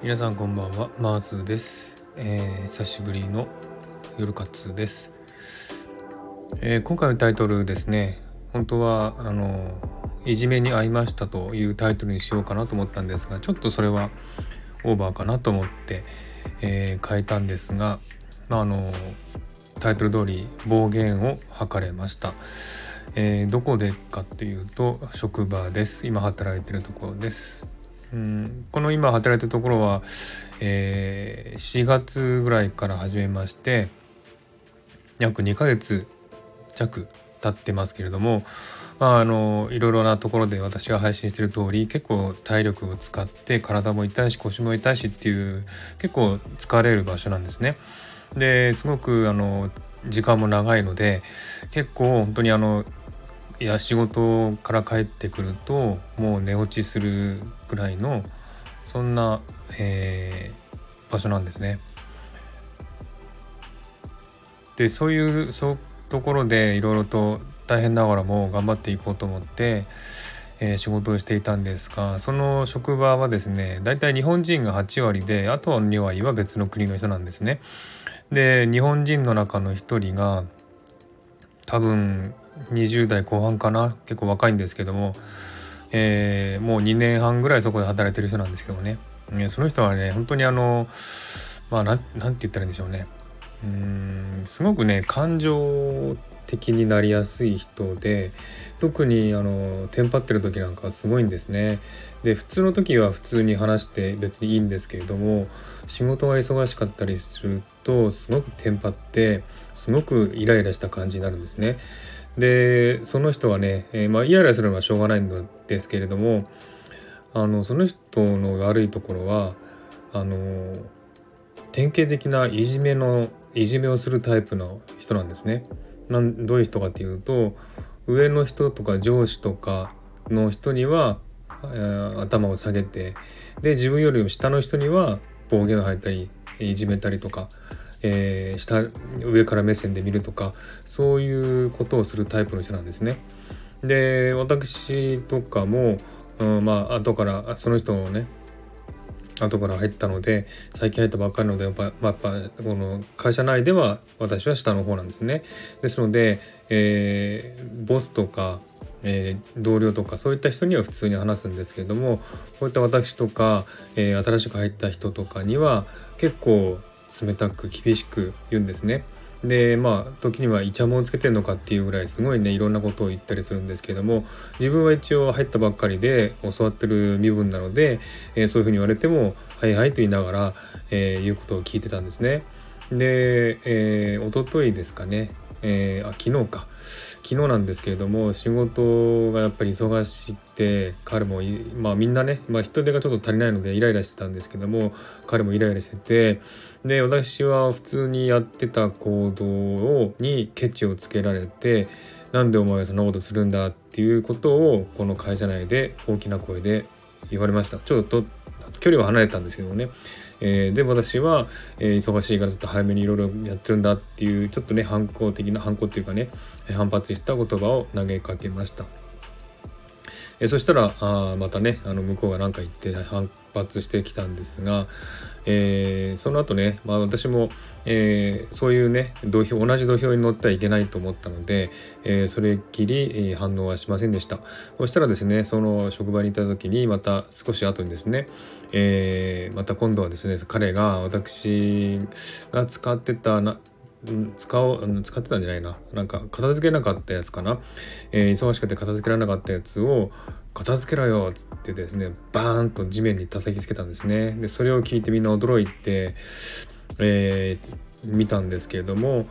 皆さんこんばんは、マーズです。久しぶりの夜活です。今回のタイトルですね、本当はいじめに遭いましたというタイトルにしようかなと思ったんですが、ちょっとそれはオーバーかなと思って、変えたんですが、タイトル通り暴言を吐かれました。どこでかというと職場です。今働いているところです。この今働いてるところは、4月ぐらいから始めまして約2ヶ月弱経ってますけれども、いろいろなところで私が配信している通り結構体力を使って体も痛いし腰も痛いしっていう結構疲れる場所なんですね。ですごく時間も長いので結構本当に仕事から帰ってくるともう寝落ちするぐらいのそんな、場所なんですね。でそういうところでいろいろと大変ながらも頑張っていこうと思って、仕事をしていたんですが、その職場はですねだいたい日本人が8割であとは2割は別の国の人なんですね。で日本人の中の1人が多分20代後半かな、結構若いんですけども、もう2年半ぐらいそこで働いてる人なんですけどもね、その人はね本当になんて言ったらいいんでしょうね、すごくね感情的になりやすい人で、特にテンパってる時なんかはすごいんですね。で普通の時は普通に話して別にいいんですけれども、仕事が忙しかったりするとすごくテンパってすごくイライラした感じになるんですね。でその人はね、イライラするのはしょうがないんですけれども、その人の悪いところは典型的ないじめをするタイプの人なんですね。どういう人かっていうと、上の人とか上司とかの人には、頭を下げて、で自分よりも下の人には暴言を吐いたりいじめたりとか、上から目線で見るとか、そういうことをするタイプの人なんですね。で私とかも、後からその人をね後から入ったので、最近入ったばっかりなのでやっぱこの会社内では私は下の方なんですね。ですので、ボスとか、同僚とかそういった人には普通に話すんですけれども、こういった私とか、新しく入った人とかには結構冷たく厳しく言うんですね。で時にはイチャモンつけてんのかっていうぐらいすごいねいろんなことを言ったりするんですけども、自分は一応入ったばっかりで教わってる身分なので、そういうふうに言われてもはいはいと言いながら、言うことを聞いてたんですね。で、一昨日ですかね、昨日なんですけれども、仕事がやっぱり忙しくて彼もみんなね、人手がちょっと足りないのでイライラしてたんですけども、彼もイライラしてて、で私は普通にやってた行動にケチをつけられて、なんでお前はそんなことするんだっていうことをこの会社内で大きな声で言われました。ちょっと距離は離れたんですけどもね、で私は、忙しいからちょっと早めにいろいろやってるんだっていうちょっとね反抗っていうかね、反発した言葉を投げかけました。そしたらまたね向こうが何か言って反発してきたんですが、その後ね、私も、そういうね同じ土俵に乗ってはいけないと思ったので、それっきり、反応はしませんでした。そしたらですね、その職場にいた時にまた少し後にですね、また今度はですね彼が私が使ってた使ってたんじゃないな、なんか片付けなかったやつかな、忙しくて片付けられなかったやつを片付けろよっつってですねバーンと地面に叩きつけたんですね。でそれを聞いてみんな驚いて、見たんですけれども、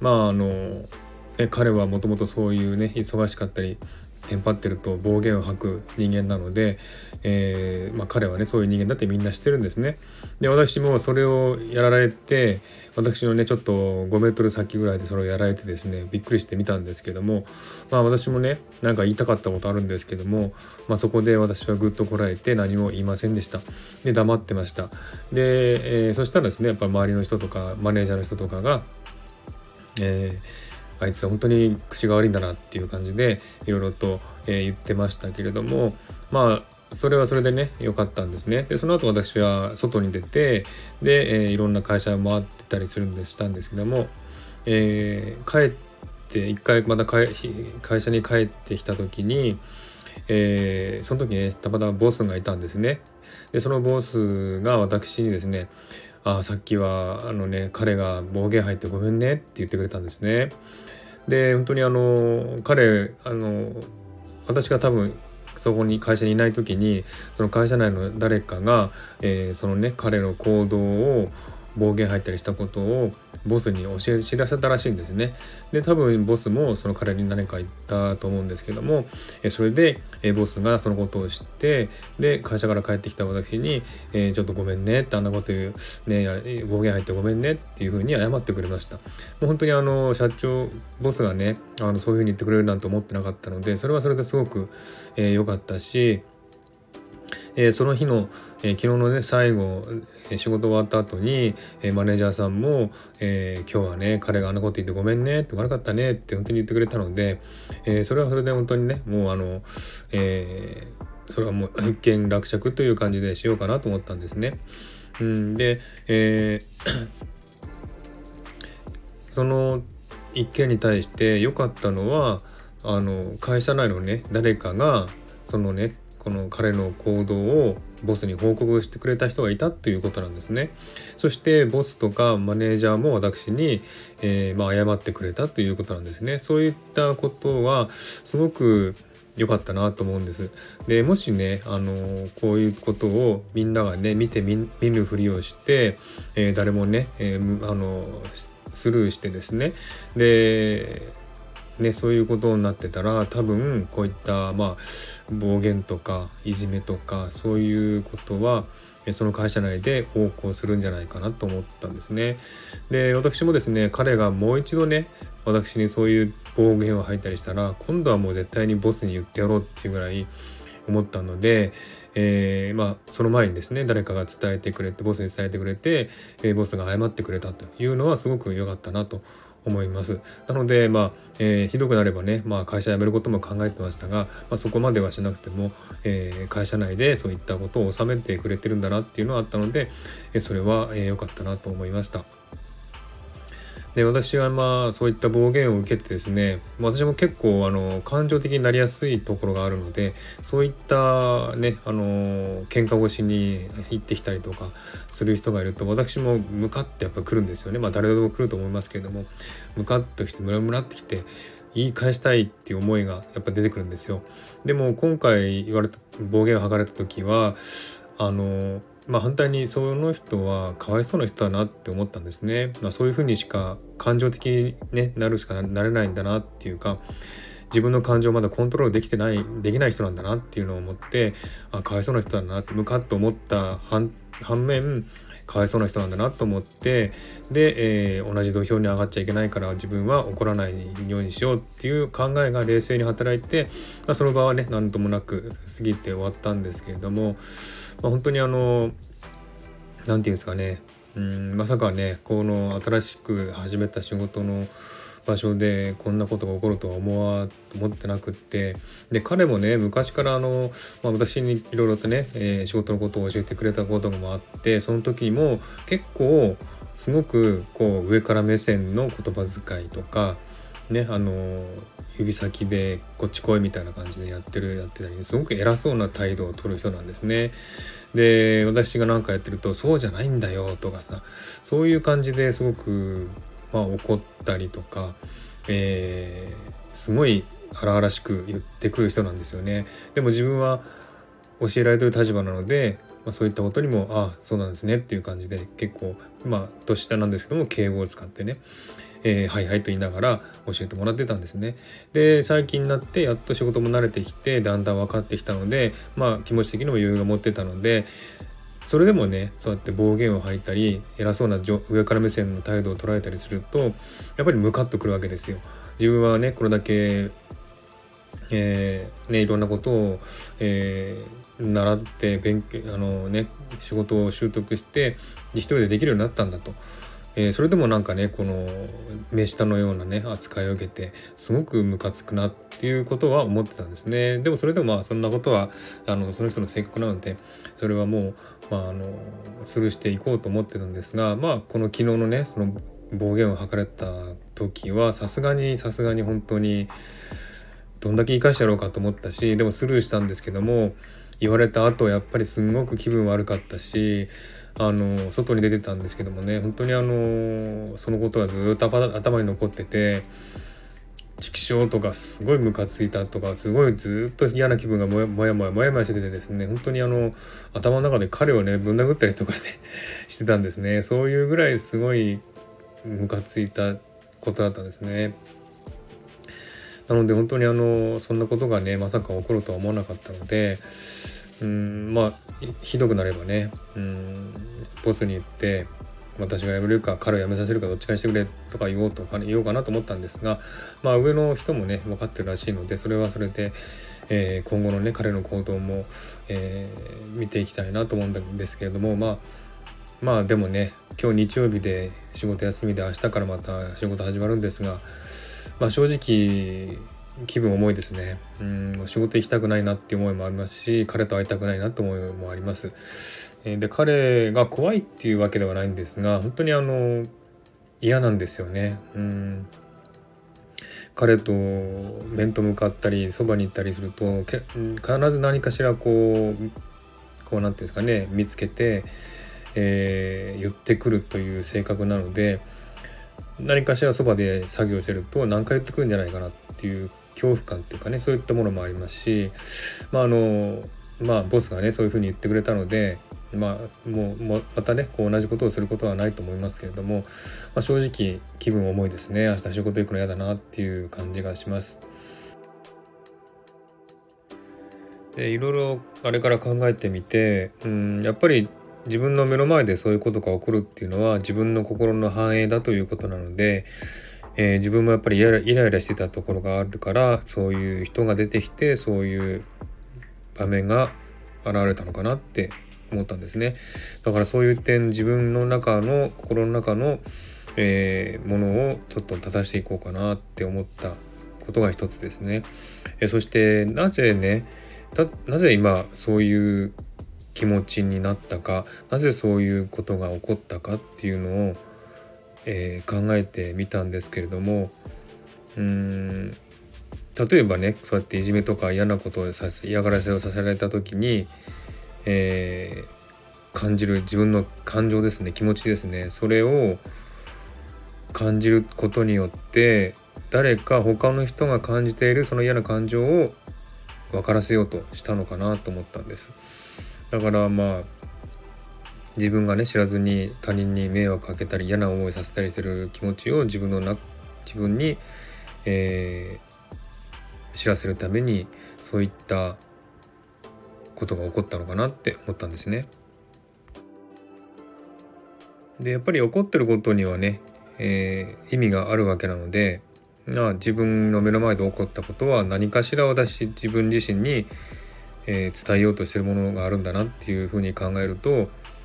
彼はもともとそういうね忙しかったりテンパってると暴言を吐く人間なので、彼はねそういう人間だってみんな知ってるんですね。で私もそれをやられて、私のねちょっと5メートル先ぐらいでそれをやられてですねびっくりしてみたんですけども、私もねなんか言いたかったことあるんですけども、そこで私はぐっとこらえて何も言いませんでした。で黙ってました。で、そしたらですねやっぱ周りの人とかマネージャーの人とかが、あいつは本当に口が悪いんだなっていう感じでいろいろと、言ってましたけれども、 それはそれでね良かったんですね。でその後私は外に出てで、いろんな会社を回ってたりするんでしたんですけども、帰って一回また会社に帰ってきた時に、その時ねたまたまボスがいたんですね。でそのボスが私にですね、さっきは彼が暴言吐いてごめんねって言ってくれたんですね。で本当に彼私が多分そこに会社にいない時にその会社内の誰かが、そのね彼の行動を暴言吐いたりしたことをボスに知らせたらしいんですね。で多分ボスもその彼に何か言ったと思うんですけども、それで、ボスがそのことを知ってで会社から帰ってきた私に、ちょっとごめんねってあんなこと言うね暴言吐いてごめんねっていうふうに謝ってくれました。もう本当に社長ボスがねそういうふうに言ってくれるなんて思ってなかったのでそれはそれですごく良かったし、その日の、昨日のね最後、仕事終わった後に、マネージャーさんも、今日はね彼があんなこと言ってごめんねって悪かったねって本当に言ってくれたので、それはそれで本当にねもうそれはもう一件落着という感じでしようかなと思ったんですね。で、その一件に対して良かったのは会社内のね誰かがそのねこの彼の行動をボスに報告してくれた人がいたということなんですね。そしてボスとかマネージャーも私に、謝ってくれたということなんですね。そういったことはすごく良かったなと思うんです。でもしねこういうことをみんながね見るふりをして、誰もね、スルーしてですねそういうことになってたら多分こういった暴言とかいじめとかそういうことはその会社内で横行するんじゃないかなと思ったんですね。で私もですね彼がもう一度ね私にそういう暴言を吐いたりしたら今度はもう絶対にボスに言ってやろうっていうぐらい思ったので、その前にですね誰かが伝えてくれてボスに伝えてくれて、ボスが謝ってくれたというのはすごく良かったなと思います。なのでひどくなればね、会社辞めることも考えてましたが、そこまではしなくても、会社内でそういったことを収めてくれてるんだなっていうのはあったので、それは良かったなと思いました。で私はそういった暴言を受けてですね私も結構感情的になりやすいところがあるのでそういったね喧嘩腰に行ってきたりとかする人がいると私もムカってやっぱ来るんですよね。誰でも来ると思いますけれどもムカッとしてムラムラってきて言い返したいっていう思いがやっぱ出てくるんですよ。でも今回言われた暴言を吐かれた時は反対にその人はかわいそうな人だなって思ったんですね。そういうふうにしか感情的に、なるしかなれないんだなっていうか自分の感情をまだコントロールできない人なんだなっていうのを思ってかわいそうな人だなってムカッと思った反面かわいそうな人なんだなと思ってで、同じ土俵に上がっちゃいけないから自分は怒らないようにしようっていう考えが冷静に働いて、その場はね何ともなく過ぎて終わったんですけれども、本当になんていうんですかねまさかねこの新しく始めた仕事の場所でこんなことが起こるとは思ってなくってで彼もね昔から私にいろいろとね、仕事のことを教えてくれたこともあってその時にも結構すごくこう上から目線の言葉遣いとかね指先でこっち来いみたいな感じでやってたりすごく偉そうな態度を取る人なんですね。で私が何かやってるとそうじゃないんだよとかさそういう感じですごく怒ったりとか、すごい荒々しく言ってくる人なんですよね。でも自分は教えられてる立場なので、そういったことにもそうなんですねっていう感じで結構年下なんですけども敬語を使ってねはいはいと言いながら教えてもらってたんですね。で最近になってやっと仕事も慣れてきてだんだん分かってきたので気持ち的にも余裕が持ってたのでそれでもねそうやって暴言を吐いたり偉そうな上から目線の態度を捉えたりするとやっぱりムカッとくるわけですよ。自分はねこれだけいろんなことを、習って仕事を習得して一人でできるようになったんだと、 それでもなんかねこの目下のようなね扱いを受けてすごくムカつくなっていうことは思ってたんですね。でもそれでもそんなことはその人の性格なのでそれはもう、スルーしていこうと思ってたんですが、この昨日のねその暴言を吐かれた時はさすがに本当にどんだけ生かしてやろうかと思ったし、でもスルーしたんですけども、言われた後やっぱりすんごく気分悪かったし、外に出てたんですけどもね、本当にそのことがずっと頭に残ってて、畜生とかすごいムカついたとか、すごいずっと嫌な気分がもやもやしててですね、本当に頭の中で彼をねぶん殴ったりとかしてたんですね。そういうぐらいすごいムカついたことだったんですね。なので本当にそんなことがねまさか起こるとは思わなかったので、ひどくなればねボスに言って私が辞めるか彼を辞めさせるかどっちかにしてくれとか言おうかなと思ったんですが、上の人もね分かってるらしいので、それはそれで、今後のね彼の行動も、見ていきたいなと思うんですけれども、でもね今日日曜日で仕事休みで明日からまた仕事始まるんですが、正直気分重いですね。仕事行きたくないなっていう思いもありますし、彼と会いたくないなって思いもあります。で彼が怖いっていうわけではないんですが、本当に嫌なんですよね。彼と面と向かったりそばに行ったりすると必ず何かしらこうなんていうんですかね、見つけて、言ってくるという性格なので、何かしらそばで作業してると何回言ってくるんじゃないかなっていう恐怖感っていうかね、そういったものもありますし、ボスがねそういうふうに言ってくれたので、もうまたねこう同じことをすることはないと思いますけれども、正直気分重いですね。明日仕事行くの嫌だなっていう感じがします。でいろいろあれから考えてみて、やっぱり自分の目の前でそういうことが起こるっていうのは自分の心の反映だということなので、自分もやっぱりイライラしてたところがあるから、そういう人が出てきてそういう場面が現れたのかなって思ったんですね。だからそういう点自分の中の心の中の、ものをちょっと正していこうかなって思ったことが一つですね。そしてなぜ今そういう気持ちになったか、なぜそういうことが起こったかっていうのを、考えてみたんですけれども、例えばねそうやっていじめとか嫌なことを嫌がらせをさせられた時に、感じる自分の感情ですね、気持ちですね、それを感じることによって誰か他の人が感じているその嫌な感情を分からせようとしたのかなと思ったんです。だから自分がね知らずに他人に迷惑かけたり嫌な思いさせたりする気持ちを自分に、知らせるためにそういったことが起こったのかなって思ったんですね。でやっぱり起こってることにはね、意味があるわけなので、自分の目の前で起こったことは何かしら自分自身に、伝えようとしてるものがあるんだなっていうふうに考えると、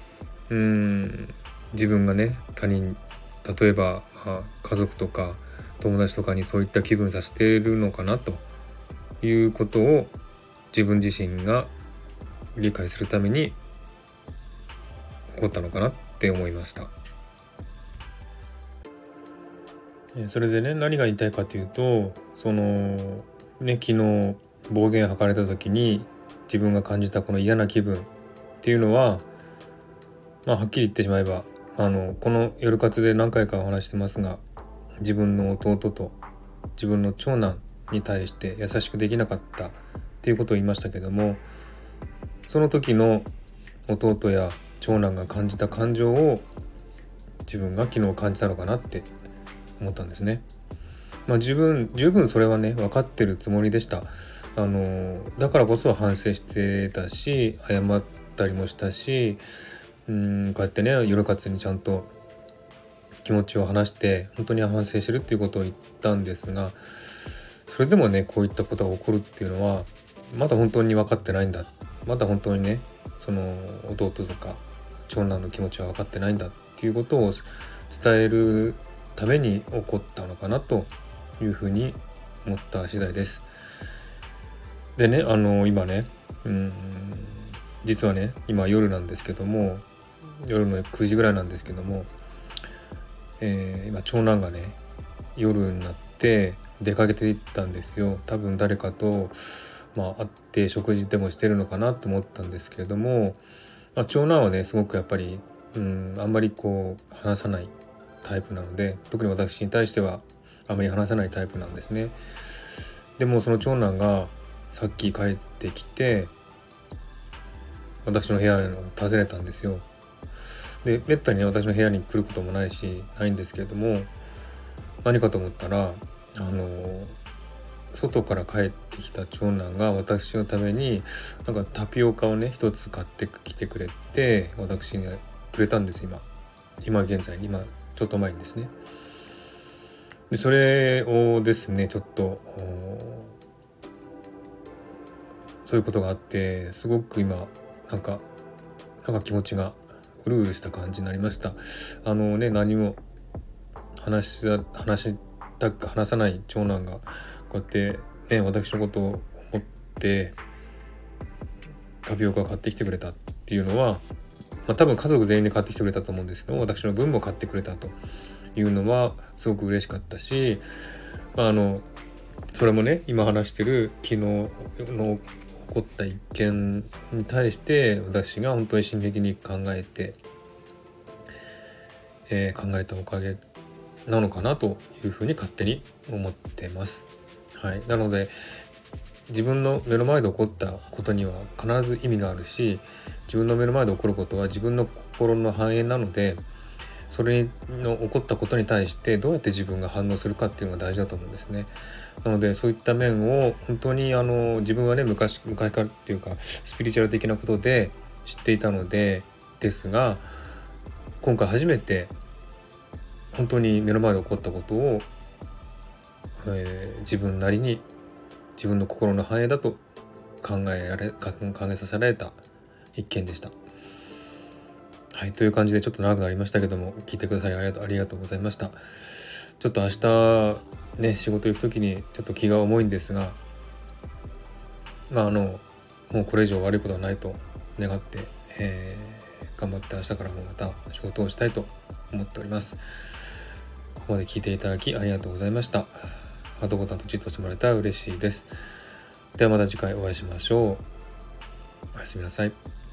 自分がね他人、例えば、家族とか友達とかにそういった気分させているのかなということを自分自身が理解するために起こったのかなって思いました。それでね何が言いたいかというと、昨日暴言を吐かれた時に自分が感じたこの嫌な気分っていうのは、はっきり言ってしまえばこの夜活で何回かお話してますが、自分の弟と自分の長男に対して優しくできなかったっていうことを言いましたけども、その時の弟や長男が感じた感情を自分が昨日感じたのかなって思ったんですね。十分それはね分かってるつもりでした。だからこそ反省してたし謝ったりもしたし、こうやってね夜活にちゃんと気持ちを話して本当に反省してるっていうことを言ったんですが、それでもねこういったことが起こるっていうのはまだ本当に分かってないんだ、まだ本当にねその弟とか長男の気持ちは分かってないんだっていうことを伝えるために起こったのかなというふうに思った次第です。でね、今ね、実はね、今夜なんですけども、夜の9時ぐらいなんですけども、今長男がね、夜になって出かけていったんですよ。多分誰かと、会って食事でもしてるのかなと思ったんですけれども、長男はね、すごくやっぱり、あんまり話さないタイプなので、特に私に対してはあまり話さないタイプなんですね。でもその長男がさっき帰ってきて、私の部屋を訪ねたんですよ。で、めったにね、私の部屋に来ることもないんですけれども、何かと思ったら、外から帰ってきた長男が私のためになんかタピオカをね一つ買ってきてくれて、私にくれたんです。今現在に、ちょっと前にですね。でそれをですね、ちょっとそういうことがあって、すごく今なんか気持ちがうるうるした感じになりました。何も話さない長男がこうやってね、私のことを思ってタピオカを買ってきてくれたっていうのは、多分家族全員で買ってきてくれたと思うんですけども、私の分も買ってくれたというのはすごく嬉しかったし、それもね、今話してる昨日の起こった一件に対して私が本当に真剣に考えたおかげなのかなというふうに勝手に思ってます。はい、なので自分の目の前で起こったことには必ず意味があるし、自分の目の前で起こることは自分の心の反映なので、それの起こったことに対してどうやって自分が反応するかっていうのが大事だと思うんですね。なのでそういった面を本当に自分はね、昔からっていうかスピリチュアル的なことで知っていたのですが、今回初めて本当に目の前で起こったことを、自分なりに自分の心の反映だと考えさせられた一件でした。はい、という感じでちょっと長くなりましたけども、聞いてくださりありがとうございました。ちょっと明日ね、仕事行く時にちょっと気が重いんですが、もうこれ以上悪いことはないと願って、頑張って明日からもまた仕事をしたいと思っております。ここまで聞いていただきありがとうございました。ハートボタンポチッとしてもらえたら嬉しいです。ではまた次回お会いしましょう。おやすみなさい。